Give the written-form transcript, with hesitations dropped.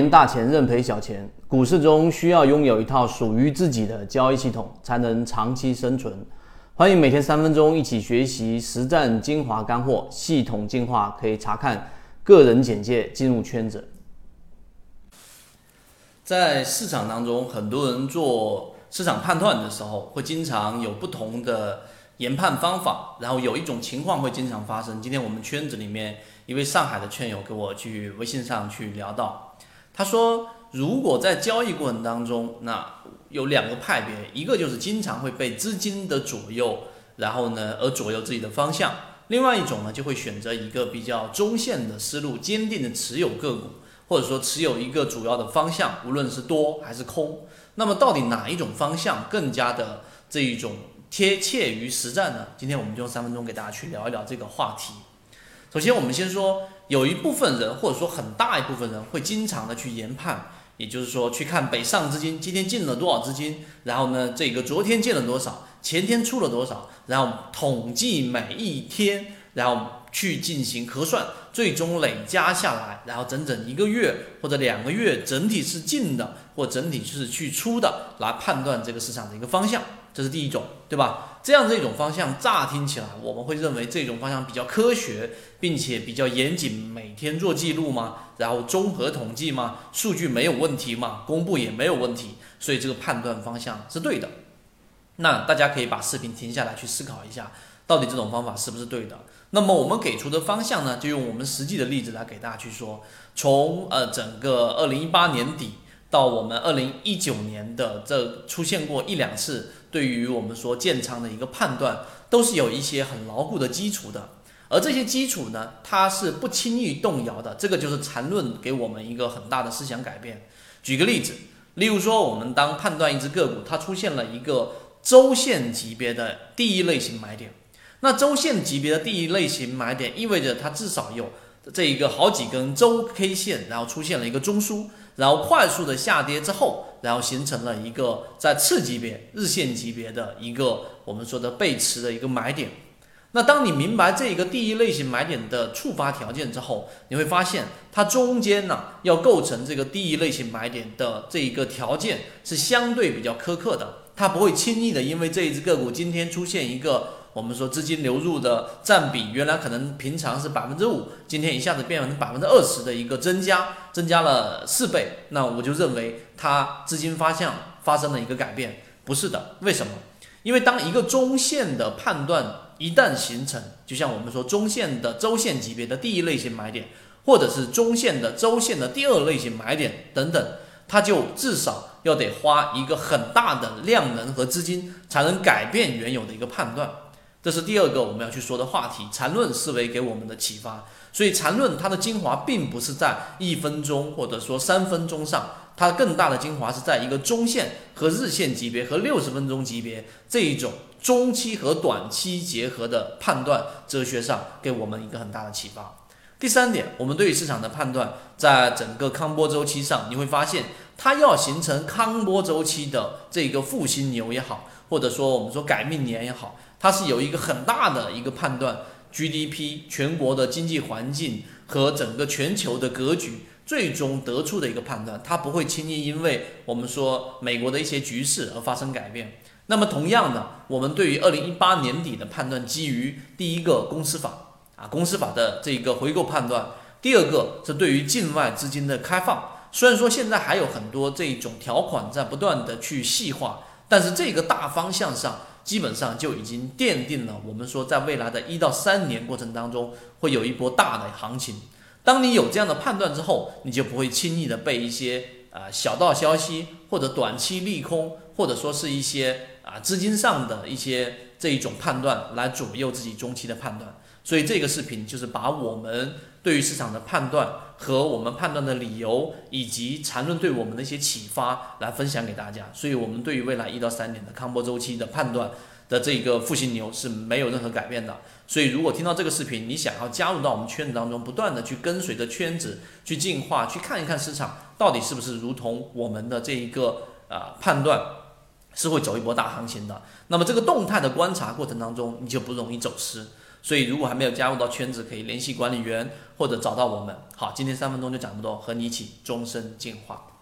大钱认赔小钱，股市中需要拥有一套属于自己的交易系统，才能长期生存。欢迎每天3分钟一起学习实战精华干货，系统进化可以查看个人简介进入圈子。在市场当中，很多人做市场判断的时候，会经常有不同的研判方法，然后有一种情况会经常发生。今天我们圈子里面一位上海的圈友给我去微信上去聊到，他说如果在交易过程当中，那有2个派别，一个就是经常会被资金的左右，然后呢而左右自己的方向，另外一种呢就会选择一个比较中线的思路，坚定的持有个股，或者说持有一个主要的方向，无论是多还是空。那么到底哪一种方向更加的这一种贴切于实战呢？今天我们就用3分钟给大家去聊一聊这个话题。首先我们先说，有一部分人或者说很大一部分人会经常的去研判，也就是说去看北上资金今天进了多少资金，然后呢这个昨天进了多少，前天出了多少，然后统计每一天，然后去进行核算，最终累加下来，然后整整1个月或者2个月整体是进的或整体是去出的，来判断这个市场的一个方向，这是第一种，对吧？这样的一种方向乍听起来我们会认为这种方向比较科学，并且比较严谨，每天做记录吗？然后综合统计吗？数据没有问题吗？公布也没有问题，所以这个判断方向是对的。那大家可以把视频停下来去思考一下，到底这种方法是不是对的？那么我们给出的方向呢，就用我们实际的例子来给大家去说。从整个2018年底到我们2019年的这出现过1、2次，对于我们说建仓的一个判断，都是有一些很牢固的基础的。而这些基础呢，它是不轻易动摇的，这个就是缠论给我们一个很大的思想改变。举个例子，例如说我们当判断一只个股，它出现了一个周线级别的第一类型买点，那周线级别的第一类型买点意味着它至少有这一个好几根周 K 线，然后出现了一个中枢，然后快速的下跌之后，然后形成了一个在次级别日线级别的一个我们说的背驰的一个买点。那当你明白这一个第一类型买点的触发条件之后，你会发现它中间呢要构成这个第一类型买点的这一个条件是相对比较苛刻的，它不会轻易的因为这一只个股今天出现一个我们说资金流入的占比，原来可能平常是5%，今天一下子变成20%的一个增加了4倍，那我就认为它资金方向发生了一个改变。不是的，为什么？因为当一个中线的判断一旦形成，就像我们说中线的周线级别的第一类型买点，或者是中线的周线的第2类型买点等等，它就至少要得花一个很大的量能和资金才能改变原有的一个判断。这是第2个我们要去说的话题，缠论思维给我们的启发。所以缠论它的精华并不是在1分钟或者说3分钟上，它更大的精华是在一个中线和日线级别和60分钟级别这一种中期和短期结合的判断哲学上，给我们一个很大的启发。第3点，我们对于市场的判断，在整个康波周期上，你会发现它要形成康波周期的这个复兴牛也好，或者说我们说改命年也好，它是有一个很大的一个判断 GDP 全国的经济环境和整个全球的格局最终得出的一个判断，它不会轻易因为我们说美国的一些局势而发生改变。那么同样的，我们对于2018年底的判断，基于第1个公司法的这个回购判断，第2个是对于境外资金的开放。虽然说现在还有很多这种条款在不断的去细化，但是这个大方向上基本上就已经奠定了我们说在未来的1到3年过程当中会有一波大的行情。当你有这样的判断之后，你就不会轻易的被一些小道消息或者短期利空，或者说是一些资金上的一些这一种判断来左右自己中期的判断。所以这个视频就是把我们对于市场的判断和我们判断的理由，以及缠论对我们的一些启发来分享给大家。所以我们对于未来1到3年的康波周期的判断的这个复兴牛是没有任何改变的。所以如果听到这个视频，你想要加入到我们圈子当中，不断的去跟随着圈子去进化，去看一看市场到底是不是如同我们的这一个判断是会走一波大行情的，那么这个动态的观察过程当中，你就不容易走失。 所以如果还没有加入到圈子，可以联系管理员或者找到我们。好，今天3分钟就讲这么多，和你一起终身进化。